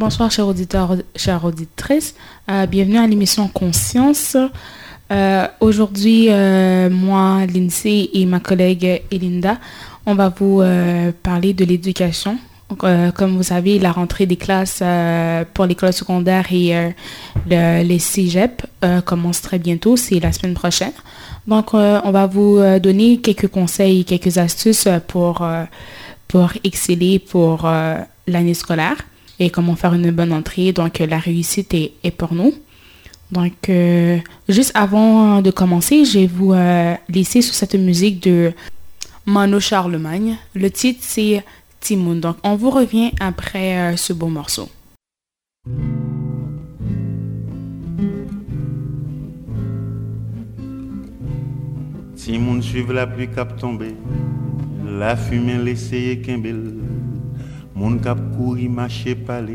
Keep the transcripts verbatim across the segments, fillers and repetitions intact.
Bonsoir, chers auditeurs, chères auditrices. Euh, bienvenue à l'émission Conscience. Euh, aujourd'hui, euh, moi, Lindsay et ma collègue Elinda, on va vous euh, parler de l'éducation. Euh, comme vous savez, la rentrée des classes euh, pour l'école secondaire et euh, le, les cégep euh, commence très bientôt, c'est la semaine prochaine. Donc, euh, on va vous euh, donner quelques conseils, quelques astuces pour, euh, pour exceller pour euh, l'année scolaire et comment faire une bonne entrée. Donc, la réussite est, est pour nous. Donc, euh, juste avant de commencer, je vais vous euh, laisser sur cette musique de Mano Charlemagne. Le titre, c'est Timoun. Donc, on vous revient après euh, ce beau morceau. Timoun suive la pluie cap tombé, la fumée l'essaye kembel, moun cap couri marcher palais.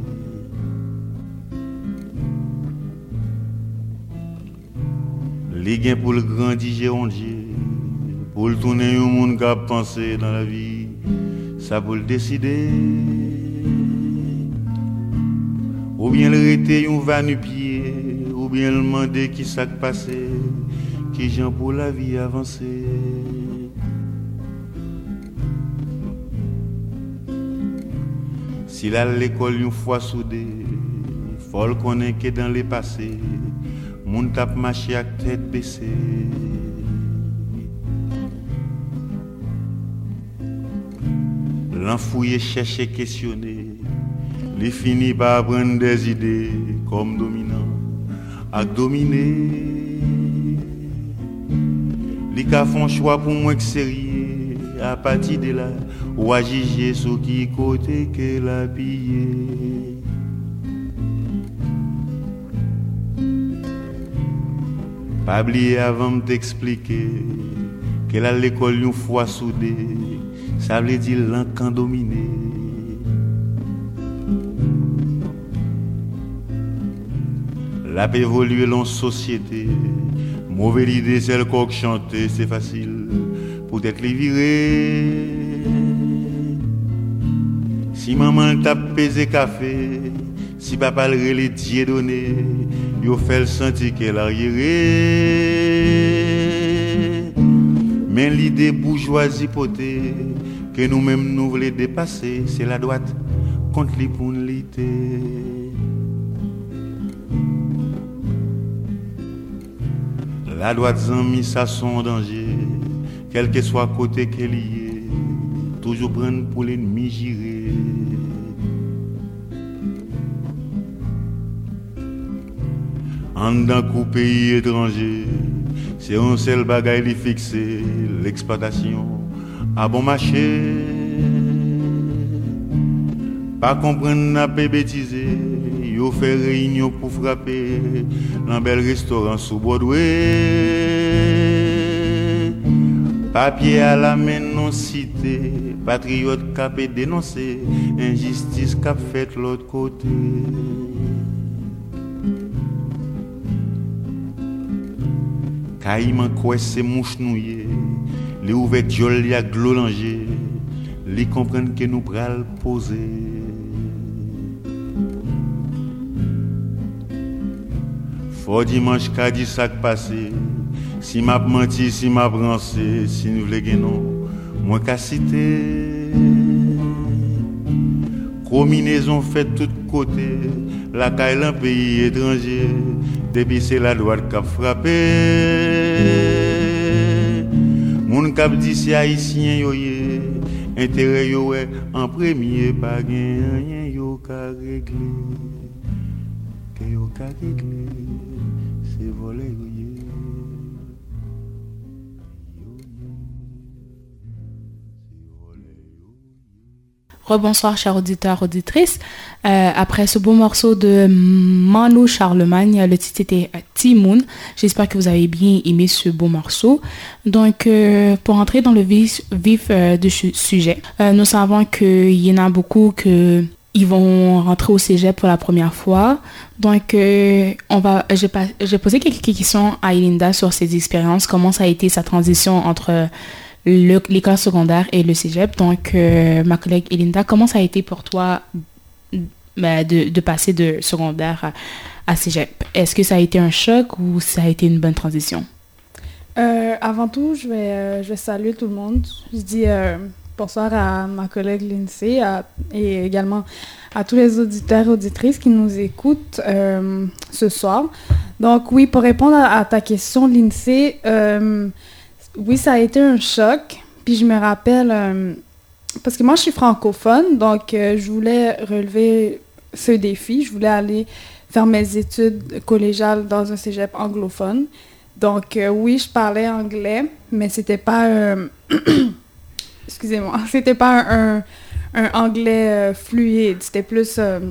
Les gains pour le grandir gérondier, pour le tourner au monde cap penser dans la vie, ça pour le décider. Ou bien le rete yon va nu pied, ou bien le demander qui s'est passé, qui j'en pour la vie avancer. S'il a l'école une fois soudée, faut le connaître que dans les passés, moun tap marché avec tête baissée. L'enfouiller, chercher, questionner, les finit par prendre des idées comme dominant, ak dominer. Les cas font choix pour moi que sérieux, à partir de là, ou à juger sur qui côté qu'elle a pillé. Pas oublier avant de t'expliquer qu'elle a l'école une fois soudée, ça veut dire l'encan dominé. La paix évolue dans la société, mauvaise idée c'est le coq chanter, c'est facile pour être les virer. Si maman tape pesé café, si papa le relais Dieu donné, yo fait le sentir qu'elle arriéré. Mais l'idée bourgeoisie potée que nous-mêmes nous voulons dépasser, c'est la droite contre l'impunité. La droite a mis ça son danger, quel que soit côté qu'elle y est, toujours prendre pour l'ennemi giré. En d'un coup pays étranger, c'est un seul bagaille li fixé, l'exploitation à bon marché. Pas comprendre n'a pas bêtisé, yo fait réunion pour frapper dans bel restaurant sous Broadway. Papier à la main non cité, patriote capé dénoncer, injustice cap fait l'autre côté. Caïman quoi c'est mouche nouillé, les ouvertes jolies à glolanger, les comprennent que nous pral poser. Fort dimanche qu'a dit ça passé, si m'a menti, si m'a brancé, si nous voulons non, moi qu'à citer. Combinaison faite de tous côtés, la caille un pays étranger, depuis c'est la droite qui a frappé. Moun k'ap dit c'est haïtien yo yé, intérêt yo est en premier, pas gen rien yo ka régler. Que yo ka régler, c'est voler yo yé. Rebonsoir, chers auditeurs, auditrices. Euh, après ce beau morceau de Mano Charlemagne, le titre était Timoun. J'espère que vous avez bien aimé ce beau morceau. Donc, euh, pour entrer dans le vif, vif euh, du sujet, euh, nous savons qu'il y en a beaucoup que ils vont rentrer au cégep pour la première fois. Donc, euh, on va, je vais, je vais poser quelques questions à Elinda sur ses expériences, comment ça a été sa transition entre Le, l'école secondaire et le cégep. Donc, euh, ma collègue Elinda, comment ça a été pour toi ben, de, de passer de secondaire à, à cégep. Est-ce que ça a été un choc ou ça a été une bonne transition? Euh, avant tout, je vais, euh, je vais saluer tout le monde. Je dis euh, bonsoir à ma collègue Lindsay à, et également à tous les auditeurs et auditrices qui nous écoutent euh, ce soir. Donc oui, pour répondre à, à ta question, Lindsay, euh, oui, ça a été un choc. Puis je me rappelle, euh, parce que moi je suis francophone, donc euh, je voulais relever ce défi. Je voulais aller faire mes études collégiales dans un cégep anglophone. Donc, euh, oui, je parlais anglais, mais c'était pas... Euh, excusez-moi, c'était pas un, un, un anglais euh, fluide. C'était plus euh,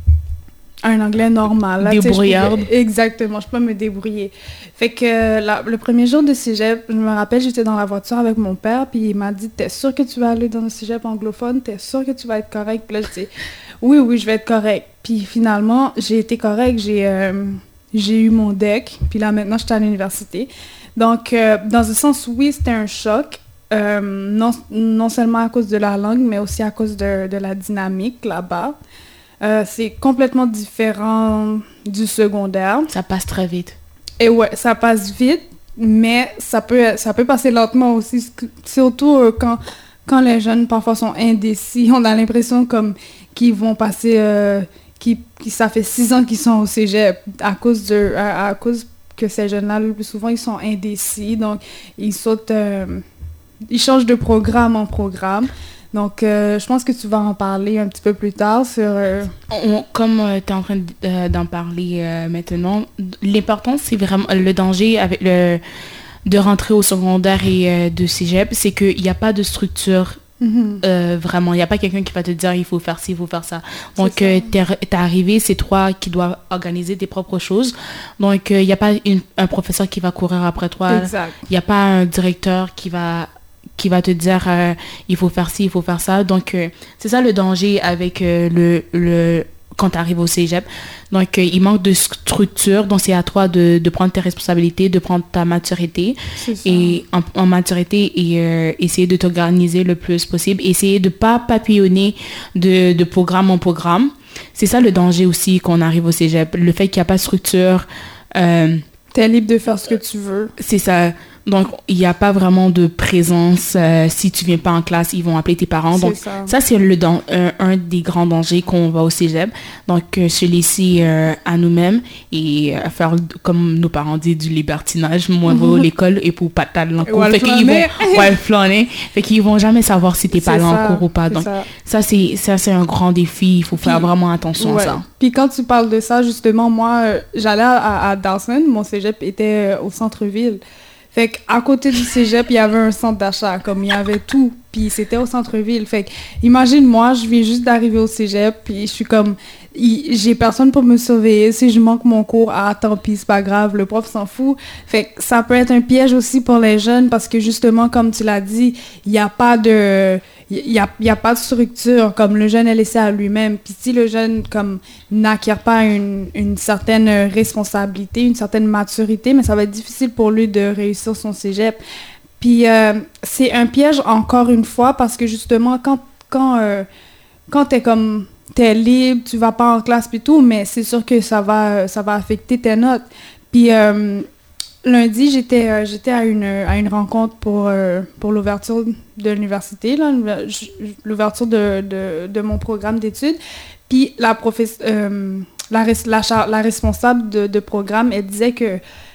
un anglais normal. Débrouillarde. Exactement, je peux me débrouiller. Fait que la, le premier jour de cégep, je me rappelle, j'étais dans la voiture avec mon père, puis il m'a dit « T'es sûr que tu vas aller dans un cégep anglophone? T'es sûr que tu vas être correct? » Puis là, je dis « Oui, oui, je vais être correct. » Puis finalement, j'ai été correct, j'ai... Euh, J'ai eu mon D E C, puis là, maintenant, je suis à l'université. Donc, euh, dans un sens, oui, c'était un choc, euh, non, non seulement à cause de la langue, mais aussi à cause de, de la dynamique là-bas. Euh, c'est complètement différent du secondaire. Ça passe très vite. Et ouais, ça passe vite, mais ça peut, ça peut passer lentement aussi, surtout euh, quand, quand les jeunes, parfois, sont indécis. On a l'impression comme qu'ils vont passer... Euh, Qui, qui, ça fait six ans qu'ils sont au cégep à cause, de, à, à cause que ces jeunes-là, le plus souvent, ils sont indécis. Donc, ils sautent... Euh, ils changent de programme en programme. Donc, euh, je pense que tu vas en parler un petit peu plus tard sur... Euh... On, comme euh, tu es en train de, euh, d'en parler euh, maintenant, l'important, c'est vraiment... Le danger avec le de rentrer au secondaire et euh, de cégep, c'est qu'il n'y a pas de structure. Mm-hmm. Euh, vraiment, il n'y a pas quelqu'un qui va te dire il faut faire ci, il faut faire ça. Donc, ça. Euh, t'es, t'es arrivé, c'est toi qui dois organiser tes propres choses. Donc, il euh, n'y a pas une, un professeur qui va courir après toi. Il n'y a pas un directeur qui va, qui va te dire euh, il faut faire ci, il faut faire ça. Donc, euh, c'est ça le danger avec euh, le... le quand tu arrives au cégep. Donc, euh, il manque de structure. Donc, c'est à toi de, de prendre tes responsabilités, de prendre ta maturité. Et en, en maturité, et euh, essayer de t'organiser le plus possible. Essayer de ne pas papillonner de, de programme en programme. C'est ça le danger aussi qu'on arrive au cégep. Le fait qu'il n'y a pas de structure. Euh, tu es libre de faire ce que tu veux. C'est ça. Donc, il n'y a pas vraiment de présence. Euh, si tu ne viens pas en classe, ils vont appeler tes parents. C'est Donc, ça, ça c'est le dan- un, un des grands dangers qu'on va au cégep. Donc, euh, se laisser euh, à nous-mêmes et euh, faire, comme nos parents disent, du libertinage. Moi, mm-hmm. à l'école et pour pas t'aller en cours. Fait qu'ils vont, ouais, flâner. Fait qu'ils vont jamais savoir si tu n'es pas là en cours ou pas. Donc, ça, ça, c'est, ça, c'est un grand défi. Il faut faire Puis, vraiment attention ouais. à ça. Puis, quand tu parles de ça, justement, moi, euh, j'allais à, à Dawson. Mon cégep était euh, au centre-ville. Fait qu'à côté du cégep, il y avait un centre d'achat, comme il y avait tout, puis c'était au centre-ville. Fait que, imagine moi, je viens juste d'arriver au cégep, puis je suis comme, j'ai personne pour me surveiller. Si je manque mon cours, ah, tant pis, c'est pas grave, le prof s'en fout. Fait que ça peut être un piège aussi pour les jeunes, parce que justement, comme tu l'as dit, il n'y a pas de... Il n'y a, y a pas de structure, comme le jeune est laissé à lui-même. Puis si le jeune comme n'acquiert pas une, une certaine responsabilité, une certaine maturité, mais ça va être difficile pour lui de réussir son cégep. Puis euh, c'est un piège encore une fois parce que justement, quand, quand, euh, quand t'es comme... t'es libre, tu vas pas en classe puis tout, mais c'est sûr que ça va, ça va affecter tes notes. Puis... Euh, lundi, j'étais, euh, j'étais à une, à une rencontre pour, euh, pour l'ouverture de l'université, là, l'ouverture de, de, de mon programme d'études. Puis la, professe- euh, la, res- la, char- la responsable de, de programme, elle disait que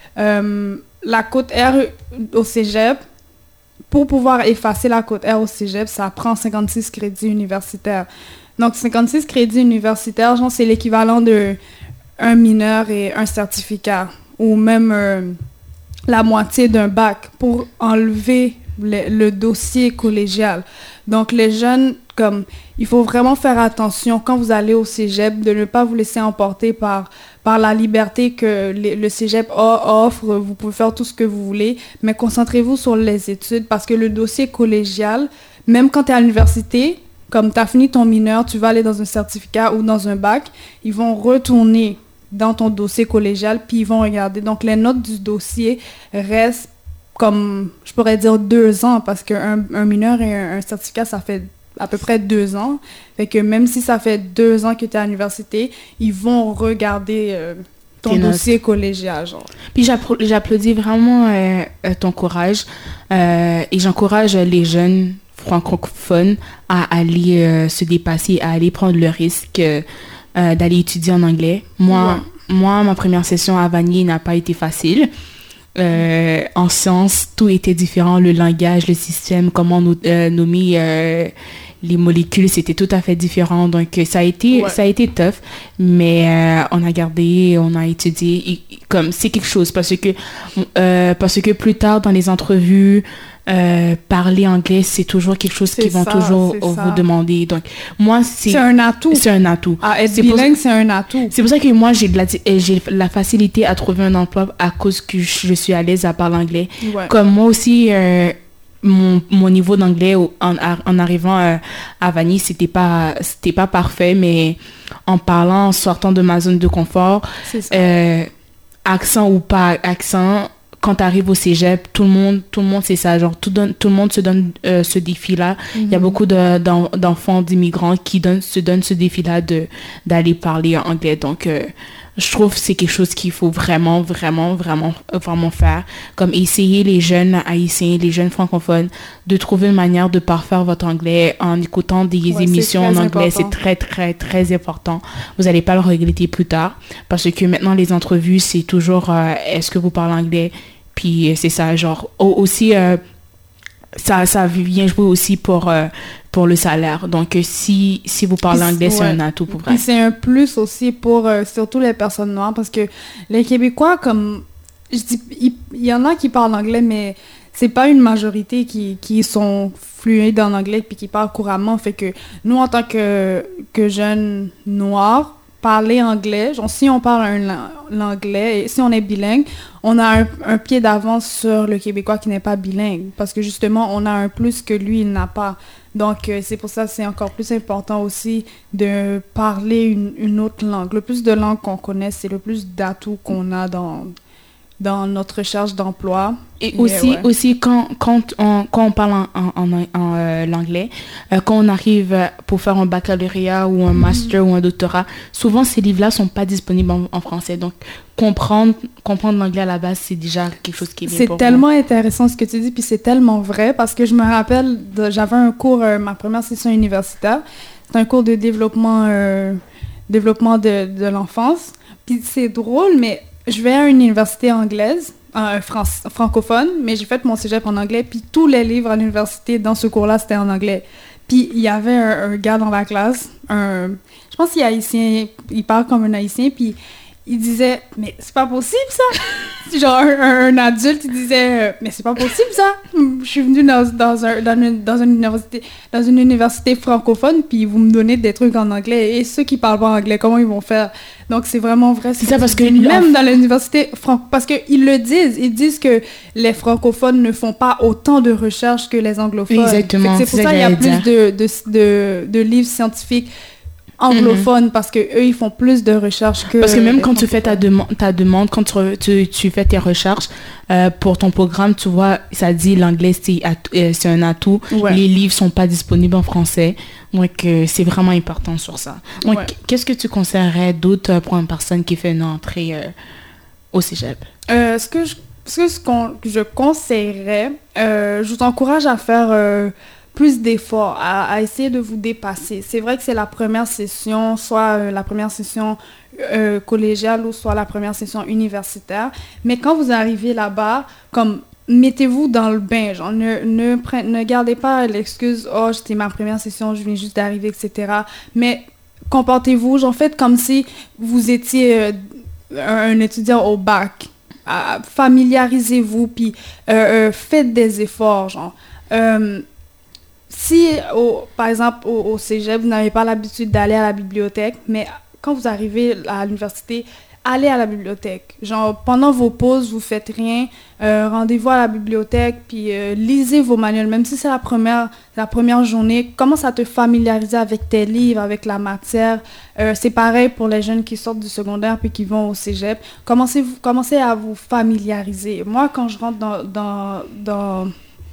euh, la côte R au cégep, pour pouvoir effacer la côte R au cégep, ça prend cinquante-six crédits universitaires. Donc cinquante-six crédits universitaires, genre, c'est l'équivalent d'un mineur et un certificat, ou même... Euh, la moitié d'un bac pour enlever le, le dossier collégial. Donc, les jeunes, comme, il faut vraiment faire attention quand vous allez au cégep, de ne pas vous laisser emporter par, par la liberté que les, le cégep offre. Vous pouvez faire tout ce que vous voulez, mais concentrez-vous sur les études parce que le dossier collégial, même quand tu es à l'université, comme tu as fini ton mineur, tu vas aller dans un certificat ou dans un bac, ils vont retourner dans ton dossier collégial, puis ils vont regarder. Donc, les notes du dossier restent comme, je pourrais dire, deux ans, parce qu'un un mineur et un, un certificat, ça fait à peu près deux ans. Fait que même si ça fait deux ans que tu es à l'université, ils vont regarder euh, ton Tes dossier notes. collégial, genre. Puis j'appro- j'applaudis vraiment euh, euh, ton courage euh, et j'encourage les jeunes francophones à aller euh, se dépasser, à aller prendre le risque euh, euh, d'aller étudier en anglais. Moi, Ouais. moi, ma première session à Vanier n'a pas été facile. Euh, en sciences, tout était différent, le langage, le système, comment nous, euh, nommer euh, les molécules, c'était tout à fait différent. Donc, ça a été, Ouais. ça a été tough, mais euh, on a gardé, on a étudié, et- comme c'est quelque chose, parce que, euh, parce que plus tard, dans les entrevues, euh, parler anglais, c'est toujours quelque chose C'est qu'ils vont ça, toujours c'est vous ça. demander. Donc, moi, c'est, C'est un atout. c'est un atout. À être C'est pour- bilingue, c'est un atout. c'est pour ça que moi, j'ai de la, euh, j'ai la facilité à trouver un emploi à cause que je suis à l'aise à parler anglais. Ouais. Comme moi aussi, euh, mon, mon niveau d'anglais au- en, en arrivant euh, à Vanier, c'était pas, c'était pas parfait, mais en parlant, en sortant de ma zone de confort, C'est ça. euh, accent ou pas accent, quand tu arrives au cégep, tout le monde, tout le monde c'est ça, genre tout, donne, tout le monde se donne euh, ce défi-là. Il y a Mhm. beaucoup de, d'en- d'enfants d'immigrants qui donnent, se donnent ce défi-là de, d'aller parler anglais. Donc, euh, je trouve que c'est quelque chose qu'il faut vraiment, vraiment, vraiment, euh, vraiment faire. Comme essayer les jeunes haïtiens, les jeunes francophones, de trouver une manière de parfaire votre anglais en écoutant des Ouais, c'est émissions en très anglais. important. C'est très, très, très important. Vous n'allez pas le regretter plus tard. Parce que maintenant, les entrevues, c'est toujours euh, est-ce que vous parlez anglais? Puis euh, c'est ça, genre, au- aussi, euh, ça, ça vient jouer aussi pour, euh, pour le salaire. Donc, euh, si, si vous parlez Puis, anglais, c'est ouais. un atout pour vrai. Puis c'est un plus aussi pour euh, surtout les personnes noires parce que les Québécois, comme je dis, il, il y en a qui parlent anglais, mais c'est pas une majorité qui, qui sont fluides en anglais puis qui parlent couramment. Fait que nous, en tant que, que jeunes noirs, parler anglais, genre si on parle un, lan- l'anglais, et si on est bilingue, on a un, un pied d'avance sur le Québécois qui n'est pas bilingue parce que justement, on a un plus que lui, il n'a pas. Donc, euh, c'est pour ça que c'est encore plus important aussi de parler une, une autre langue. Le plus de langues qu'on connaît, c'est le plus d'atouts qu'on a dans, dans notre recherche d'emploi. Et Yeah, aussi, ouais. aussi quand, quand, on, quand on parle en, en, en, en, euh, l'anglais, euh, quand on arrive euh, pour faire un baccalauréat ou un master ou un doctorat, souvent ces livres-là sont pas disponibles en, en français. Donc, comprendre, comprendre l'anglais à la base, c'est déjà quelque chose qui est bien C'est pour tellement intéressant ce que tu dis, puis c'est tellement vrai, parce que je me rappelle, de- j'avais un cours, euh, ma première session universitaire, c'est un cours de développement, euh, développement de, de l'enfance, puis c'est drôle, mais je vais à une université anglaise, euh, fran- francophone, mais j'ai fait mon cégep en anglais, puis tous les livres à l'université dans ce cours-là, c'était en anglais. Puis il y avait un, un gars dans la classe, un, je pense qu'il est haïtien, il parle comme un haïtien, puis il disait « Mais c'est pas possible, ça! » Genre, un, un- un adulte, il disait euh, Mais c'est pas possible, ça! Je suis venu dans, dans, un, dans, une, dans, une université, dans une université francophone, puis vous me donnez des trucs en anglais. Et ceux qui parlent pas anglais, comment ils vont faire? Donc, c'est vraiment vrai. C'est ça, parce que même dans l'université, fran- parce qu'ils le disent, ils disent que les francophones ne font pas autant de recherches que les anglophones. Exactement, Fait que c'est c'est pour ça ça qu'il y a que plus j'allais de, de, de, de livres scientifiques anglophones, parce que eux ils font plus de recherches que Parce que même les quand tu fais ta, francophones. demande ta demande, quand tu, re- tu, tu fais tes recherches euh, pour ton programme, tu vois, ça dit l'anglais, c'est at- euh, c'est un atout. Ouais. Les livres sont pas disponibles en français. Donc, euh, c'est vraiment important sur ça. Donc, Ouais. qu'est-ce que tu conseillerais d'autre euh, pour une personne qui fait une entrée euh, au cégep? Euh, ce que je, ce que, ce qu'on- que je conseillerais, euh, je vous encourage à faire euh, plus d'efforts, à, à essayer de vous dépasser. C'est vrai que c'est la première session, soit euh, la première session euh, collégiale ou soit la première session universitaire. Mais quand vous arrivez là-bas, comme mettez-vous dans le bain, genre ne, ne, pre- ne gardez pas l'excuse « Oh, c'était ma première session, je viens juste d'arriver, et cetera » Mais comportez-vous, genre faites comme si vous étiez euh, un, un étudiant au bac. Euh, familiarisez-vous, puis euh, euh, faites des efforts, genre. Euh, si, au, par exemple, au, au cégep, vous n'avez pas l'habitude d'aller à la bibliothèque, mais quand vous arrivez à l'université, allez à la bibliothèque. Genre, pendant vos pauses, vous faites rien, euh, rendez-vous à la bibliothèque, puis euh, lisez vos manuels, même si c'est la première, la première journée, commence à te familiariser avec tes livres, avec la matière. Euh, c'est pareil pour les jeunes qui sortent du secondaire puis qui vont au cégep. Commencez, commencez à vous familiariser. Moi, quand je rentre dans, dans, dans,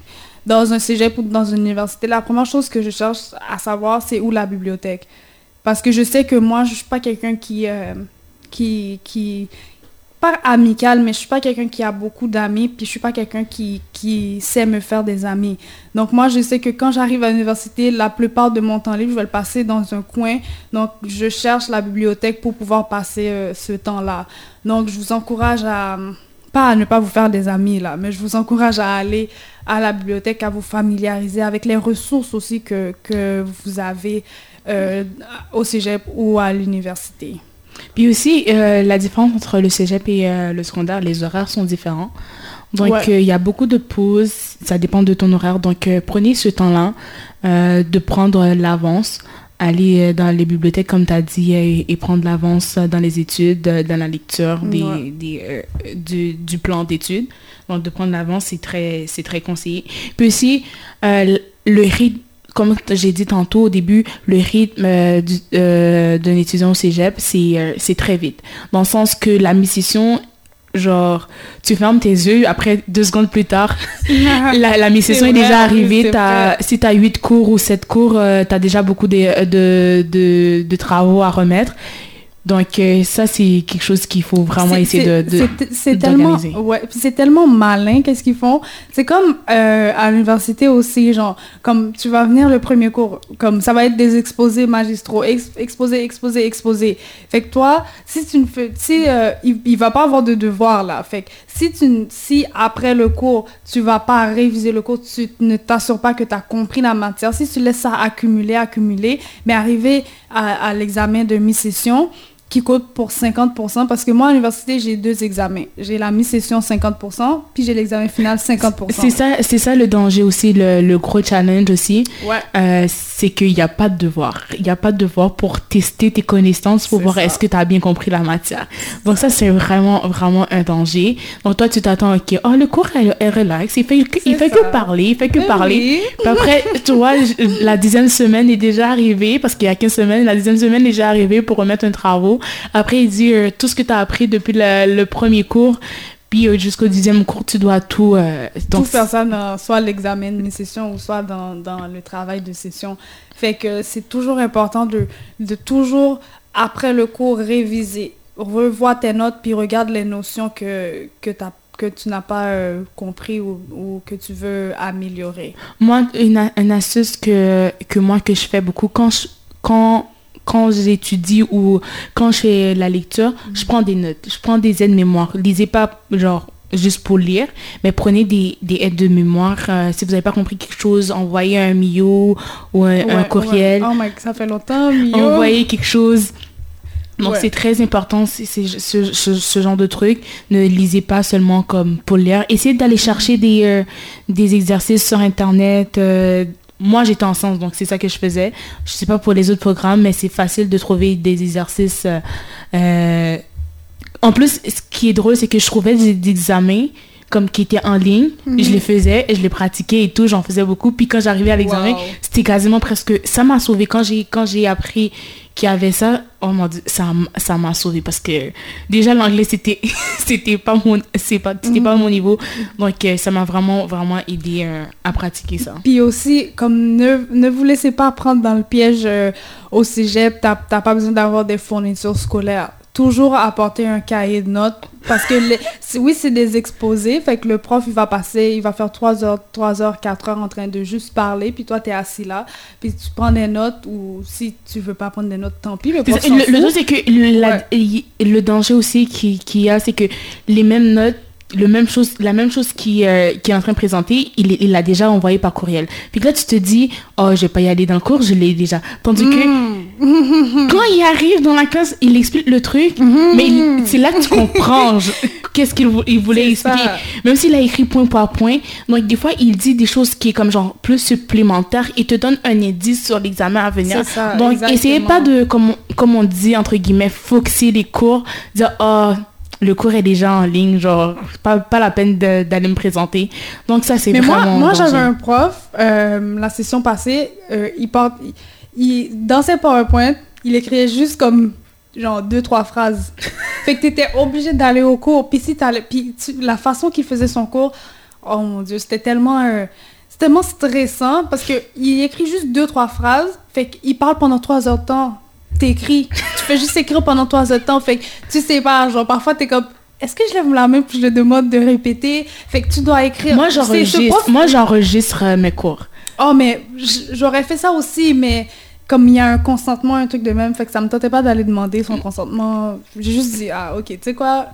dans un cégep ou dans une université, la première chose que je cherche à savoir, c'est où la bibliothèque. Parce que je sais que moi, je suis pas quelqu'un qui... Euh, qui, qui pas amical, mais je suis pas quelqu'un qui a beaucoup d'amis, puis je suis pas quelqu'un qui, qui sait me faire des amis. Donc moi, je sais que quand j'arrive à l'université, la plupart de mon temps libre, je vais le passer dans un coin. Donc je cherche la bibliothèque pour pouvoir passer euh, ce temps-là. Donc je vous encourage à, pas à ne pas vous faire des amis là, mais je vous encourage à aller à la bibliothèque, à vous familiariser avec les ressources aussi que, que vous avez euh, au cégep ou à l'université. Puis aussi, euh, la différence entre le cégep et euh, le secondaire, les horaires sont différents. Donc, il ouais. euh, y a beaucoup de pauses, ça dépend de ton horaire. Donc, euh, prenez ce temps-là euh, de prendre l'avance, aller dans les bibliothèques, comme tu as dit, et, et prendre l'avance dans les études, dans la lecture des, ouais. des, euh, du, du plan d'études. Donc, de prendre l'avance, c'est très, c'est très conseillé. Puis aussi, euh, le rythme, comme j'ai dit tantôt au début, le rythme euh, du, euh, d'un étudiant au cégep, c'est, euh, c'est très vite. Dans le sens que la mi-session, genre, tu fermes tes yeux, après deux secondes plus tard, la, la mi-session est, est déjà arrivée. T'as, si tu as huit cours ou sept cours, euh, tu as déjà beaucoup de, de, de, de travaux à remettre. Donc, euh, ça, c'est quelque chose qu'il faut vraiment c'est, essayer c'est, de, de c'est, c'est d'organiser. Tellement, ouais, c'est tellement malin, qu'est-ce qu'ils font. C'est comme euh, à l'université aussi, genre, comme tu vas venir le premier cours, comme ça va être des exposés magistraux, ex, exposés, exposés, exposés. Fait que toi, si tu ne fais, si, euh, il, il va pas avoir de devoir là. Fait que si, tu, si après le cours, tu vas pas réviser le cours, tu ne t'assures pas que tu as compris la matière. Si tu laisses ça accumuler, accumuler, mais arriver à, à l'examen de mi-session, qui coûte pour cinquante pour cent, parce que moi, à l'université, j'ai deux examens. J'ai la mi-session cinquante pour cent, puis j'ai l'examen final cinquante pour cent. C'est ça, c'est ça le danger aussi, le, le gros challenge aussi. Ouais. Euh, c'est qu'il n'y a pas de devoir. Il n'y a pas de devoir pour tester tes connaissances, pour c'est voir ça. Est-ce que tu as bien compris la matière. Donc ça, c'est vraiment, vraiment un danger. Donc toi, tu t'attends, OK, oh, le cours est, est relax, il fait, il fait que parler, il fait que oui. parler. Puis après, tu vois, la dixième semaine est déjà arrivée, parce qu'il y a quinze semaines, la dixième semaine est déjà arrivée pour remettre un travail. Après, il dit euh, tout ce que tu as appris depuis le, le premier cours, puis euh, jusqu'au dixième cours, tu dois tout... Euh, donc, tout faire ça dans soit l'examen de mi-session ou soit dans, dans le travail de session. Fait que c'est toujours important de, de toujours, après le cours, réviser. Revois tes notes, puis regarde les notions que, que, t'as, que tu n'as pas euh, compris ou, ou que tu veux améliorer. Moi, une, une astuce que, que moi, que je fais beaucoup, quand je... Quand quand j'étudie ou quand je fais la lecture, mm-hmm. je prends des notes, je prends des aides-mémoire. Lisez pas, genre, juste pour lire, mais prenez des, des aides de mémoire. Euh, si vous n'avez pas compris quelque chose, envoyez un M I O ou un, ouais, un courriel. Ouais. Oh my, ça fait longtemps, M I O. Envoyez quelque chose. Donc, ouais. c'est très important, c'est, c'est ce, ce, ce genre de truc. Ne lisez pas seulement comme pour lire. Essayez d'aller chercher des, euh, des exercices sur Internet. Euh, Moi, j'étais en sciences, donc c'est ça que je faisais. Je sais pas pour les autres programmes, mais c'est facile de trouver des exercices. Euh, euh... En plus, ce qui est drôle, c'est que je trouvais des, des examens comme qui étaient en ligne. Mm-hmm. Je les faisais, et je les pratiquais et tout, j'en faisais beaucoup. Puis quand j'arrivais à l'examen, wow. c'était quasiment presque... Ça m'a sauvé. Quand j'ai, quand j'ai appris qu'il y avait ça, oh mon Dieu, ça, ça m'a sauvé parce que déjà l'anglais, c'était, c'était, pas, mon, c'est pas, c'était mm-hmm. pas mon niveau. Donc, ça m'a vraiment, vraiment aidé euh, à pratiquer ça. Puis aussi, comme ne, ne vous laissez pas prendre dans le piège euh, au cégep, t'as, t'as pas besoin d'avoir des fournitures scolaires. Toujours apporter un cahier de notes parce que les, c'est, oui, c'est des exposés, fait que le prof, il va passer, il va faire trois heures, trois heures, quatre heures en train de juste parler, puis toi, t'es assis là, puis tu prends des notes, ou si tu veux pas prendre des notes, tant pis, le prof s'en fout. Le truc, c'est que le, la, ouais. le danger aussi qu'il, qu'il y a, c'est que les mêmes notes, le même chose, la même chose qui, euh, qui est en train de présenter, il, il l'a déjà envoyé par courriel. Puis là, tu te dis, oh, je vais pas y aller dans le cours, je l'ai déjà. Tandis que mmh. quand il arrive dans la classe, il explique le truc, mmh. mais il, c'est là que tu comprends je, qu'est-ce qu'il il voulait c'est expliquer. Ça. Même s'il a écrit point par point. Donc, des fois, il dit des choses qui est comme genre plus supplémentaires. Il te donne un indice sur l'examen à venir. C'est ça, donc, exactement. Essayez pas de, comme, comme on dit, entre guillemets, focuser les cours, dire, oh, le cours est déjà en ligne, genre, pas, pas la peine de, d'aller me présenter. Donc ça, c'est mais vraiment... Mais moi, moi j'avais un prof, euh, la session passée, euh, il, part, il, il dans ses PowerPoint, il écrivait juste comme, genre, deux, trois phrases. Fait que t'étais obligé d'aller au cours. Puis si t'allais... Puis tu, la façon qu'il faisait son cours, oh mon Dieu, c'était tellement... Euh, c'est tellement stressant parce qu'il écrit juste deux, trois phrases. Fait qu'il parle pendant trois heures de temps. T'écris. Tu fais juste écrire pendant trois heures de temps. Fait que tu sais pas, genre, parfois t'es comme, est-ce que je lève la main puis je le demande de répéter? Fait que tu dois écrire. Moi, j'enregistre, prof... Moi, j'enregistre euh, mes cours. Oh, mais j'aurais fait ça aussi, mais comme il y a un consentement, un truc de même, fait que ça me tentait pas d'aller demander son consentement. J'ai juste dit, ah, ok, tu sais quoi?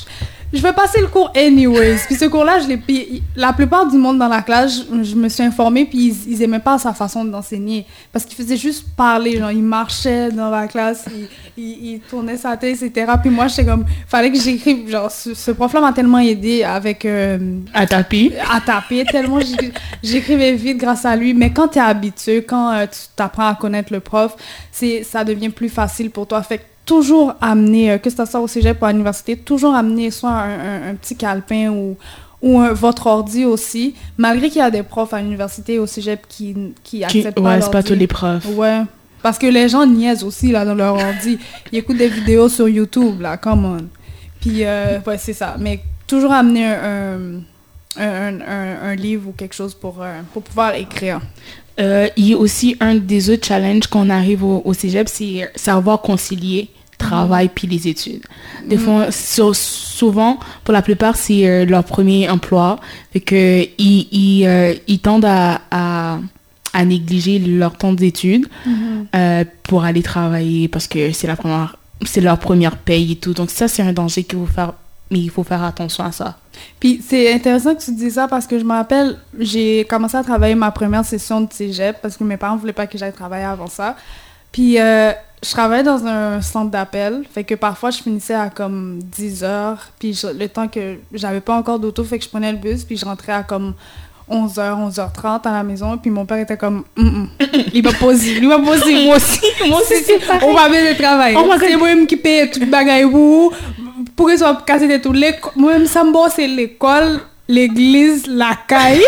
Je vais passer le cours anyways. Puis ce cours-là, je l'ai... Puis la plupart du monde dans la classe, je, je me suis informée, puis ils, ils aimaient pas sa façon d'enseigner. Parce qu'il faisait juste parler, genre, il marchait dans la classe, il, il, il tournait sa tête, et cetera. Puis moi, j'étais comme... Fallait que j'écrive... Genre, ce, ce prof-là m'a tellement aidé avec... Euh, à taper. À taper, tellement j'écrivais vite grâce à lui. Mais quand t'es habitué, quand euh, tu t'apprends à connaître le prof, c'est, ça devient plus facile pour toi. Fait que toujours amener, euh, que ce soit au cégep ou à l'université, toujours amener soit un, un, un petit calepin ou, ou un, votre ordi aussi, malgré qu'il y a des profs à l'université et au cégep qui, qui acceptent qui, pas ouais, l'ordi. c'est pas tous les profs. Ouais, parce que les gens niaisent aussi, là, dans leur ordi. Ils écoutent des vidéos sur YouTube, là, come on. Puis, euh, ouais, c'est ça. Mais toujours amener un, un, un, un, un livre ou quelque chose pour, euh, pour pouvoir écrire. Euh, il y a aussi un des autres challenges qu'on arrive au, au cégep, c'est savoir concilier travail puis les études. Des mm. fois, so, souvent, pour la plupart, c'est euh, leur premier emploi. Fait que ils, ils, euh, ils tendent à, à, à négliger leur temps d'études mm-hmm. euh, pour aller travailler parce que c'est la première, c'est leur première paye et tout. Donc ça, c'est un danger qu'il faut faire, mais il faut faire attention à ça. Puis c'est intéressant que tu dis ça parce que je me rappelle, j'ai commencé à travailler ma première session de cégep parce que mes parents voulaient pas que j'aille travailler avant ça. Puis euh, je travaillais dans un centre d'appel, fait que parfois je finissais à comme dix heures, puis je, le temps que j'avais pas encore d'auto, fait que je prenais le bus, puis je rentrais à comme onze heures, onze heures trente à la maison, puis mon père était comme mm -mm. il m'a posé, lui m'a posé, moi aussi, moi aussi, c'est c'est on va bien le travail. Oh c'est moi-même qui paye tout le bagaille pour pour que soit cassé tout l'école, moi-même ça me bosse, c'est l'école, l'église, la caille.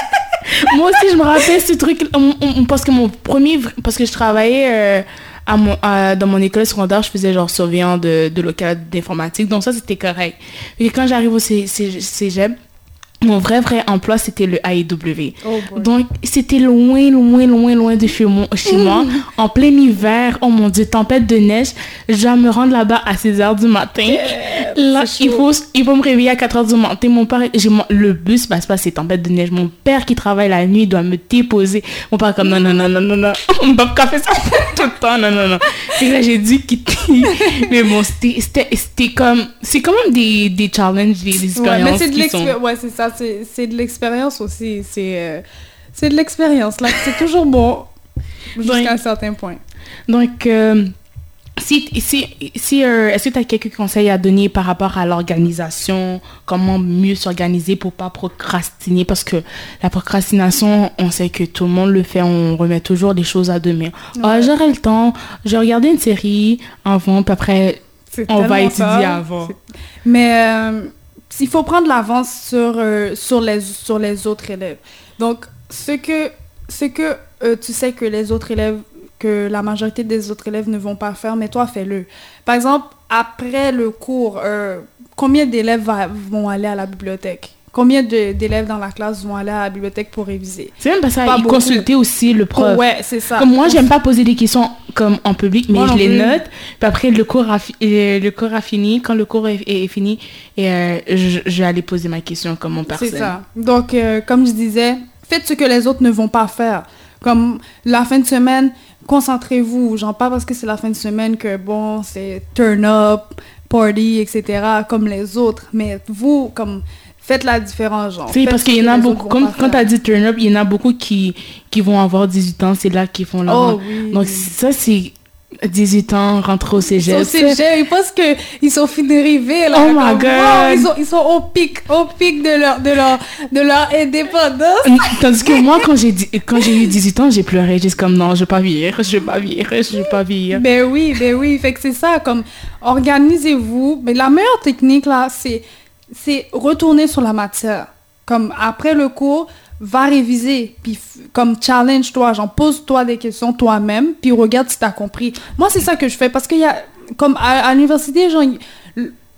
Moi aussi, je me rappelle ce truc, parce que mon premier, parce que je travaillais euh, à mon, à, dans mon école secondaire, je faisais genre surveillant de, de local d'informatique, donc ça, c'était correct. Et quand j'arrive au cégep, mon vrai, vrai emploi, c'était le A E W. Oh donc, c'était loin, loin, loin, loin de chez moi, chez moi en plein hiver. Oh mon Dieu, tempête de neige. Je dois me rendre là-bas à six heures du matin. Yeah, là, il faut, il faut me réveiller à quatre heures du matin. Mon père, j'ai, le bus passe pas, c'est tempête de neige. Mon père qui travaille la nuit doit me déposer. Mon père comme, non, non, non, non, non, non. On va pas faire ça tout le temps, non, non, non. Et là, j'ai dû quitter. Mais bon, c'était, c'était, c'était comme, c'est quand même des, des challenges, des, des expériences ouais, mais c'est de qui sont... Ouais, c'est ça. C'est, c'est de l'expérience aussi. C'est, euh, c'est de l'expérience. Là. C'est toujours bon jusqu'à donc, un certain point. Donc, euh, si, si, si, euh, est-ce que tu as quelques conseils à donner par rapport à l'organisation? Comment mieux s'organiser pour ne pas procrastiner? Parce que la procrastination, on sait que tout le monde le fait. On remet toujours des choses à demain. Ouais. Oh, j'aurai le temps. Je vais regarder une série avant, puis après, c'est on va étudier ça. Avant. C'est... Mais... Euh... il faut prendre l'avance sur, euh, sur, les, sur les autres élèves. Donc, ce que, ce que euh, tu sais que les autres élèves, que la majorité des autres élèves ne vont pas faire, mais toi, fais-le. Par exemple, après le cours, euh, combien d'élèves va, vont aller à la bibliothèque? Combien de, d'élèves dans la classe vont aller à la bibliothèque pour réviser? C'est même pas ça, ils consulter aussi le prof. Ouais, c'est ça. Comme moi, j'aime pas poser des questions comme en public, mais moi, je les plus. note. Puis après, le cours a, fi- le cours a fini. Quand le cours est, est fini, et, euh, je, je vais aller poser ma question comme mon personne. C'est ça. Donc, euh, comme je disais, faites ce que les autres ne vont pas faire. Comme la fin de semaine, concentrez-vous. Genre, pas parce que c'est la fin de semaine que, bon, c'est turn up, party, et cetera, comme les autres. Mais vous, comme... faites la différence, genre. Oui, parce qu'il y en a beaucoup, comme quand tu as dit turn up, il y en a beaucoup qui, qui vont avoir dix-huit ans, c'est là qu'ils font leur... Oh, oui. Donc ça, c'est dix-huit ans, rentrent au cégep. Ils sont au cégep, ils pensent qu'ils sont finis de rêver, là. Oh my God! Wow, ils, sont, ils sont au pic, au pic de leur, de leur, de leur indépendance. Tandis que moi, quand j'ai, quand j'ai eu dix-huit ans, j'ai pleuré, j'ai dit comme non, je vais pas vieillir, je vais pas vieillir, je vais pas vieillir. Ben oui, ben oui, fait que c'est ça, comme, organisez-vous. Mais la meilleure technique, là, c'est... c'est retourner sur la matière. Comme après le cours, va réviser. Puis comme challenge-toi, genre pose-toi des questions toi-même, puis regarde si t'as compris. Moi, c'est ça que je fais parce qu'il y a, comme à, à l'université, genre,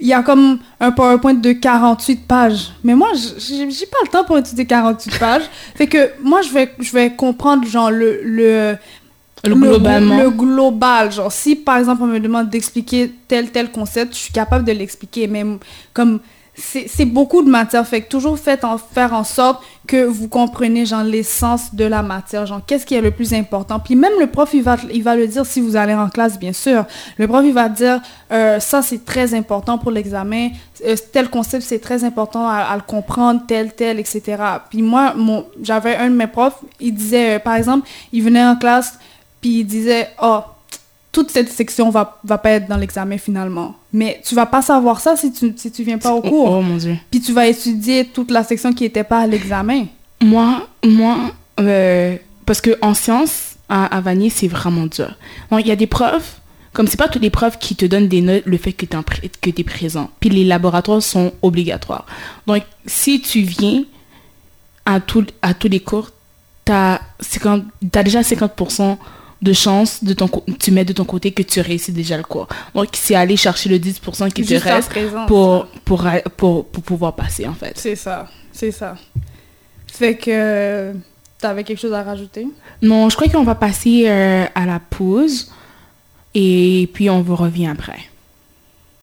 il y a comme un PowerPoint de quarante-huit pages. Mais moi, j'ai, j'ai pas le temps pour étudier quarante-huit pages. Fait que moi, je vais, je vais comprendre, genre, le... le Le globalement. Le, le global, genre, si, par exemple, on me demande d'expliquer tel, tel concept, je suis capable de l'expliquer, mais comme... C'est, c'est beaucoup de matière, fait que toujours faites en, faire en sorte que vous comprenez, genre, l'essence de la matière, genre, qu'est-ce qui est le plus important. Puis même le prof, il va, il va le dire si vous allez en classe, bien sûr. Le prof, il va dire, euh, ça, c'est très important pour l'examen, euh, tel concept, c'est très important à, à le comprendre, tel, tel, et cetera. Puis moi, mon, j'avais un de mes profs, il disait, euh, par exemple, il venait en classe, puis il disait, oh, toute cette section va, va pas être dans l'examen finalement. Mais tu vas pas savoir ça si tu, si tu viens pas au cours. Oh, oh mon Dieu. Puis tu vas étudier toute la section qui était pas à l'examen. Moi, moi euh, parce que en sciences, à, à Vanier, c'est vraiment dur. Donc, il y a des profs, comme c'est pas tous les profs qui te donnent des notes le fait que tu es présent. Puis les laboratoires sont obligatoires. Donc, si tu viens à, tout, à tous les cours, t'as, t'as déjà cinquante pour cent de chance de ton tu mets de ton côté que tu réussis déjà le cours. Donc, c'est aller chercher le dix pour cent qui te reste présent, pour, pour, pour, pour pouvoir passer, en fait. C'est ça, c'est ça. Fait que t'avais quelque chose à rajouter? Non, je crois qu'on va passer euh, à la pause et puis on vous revient après.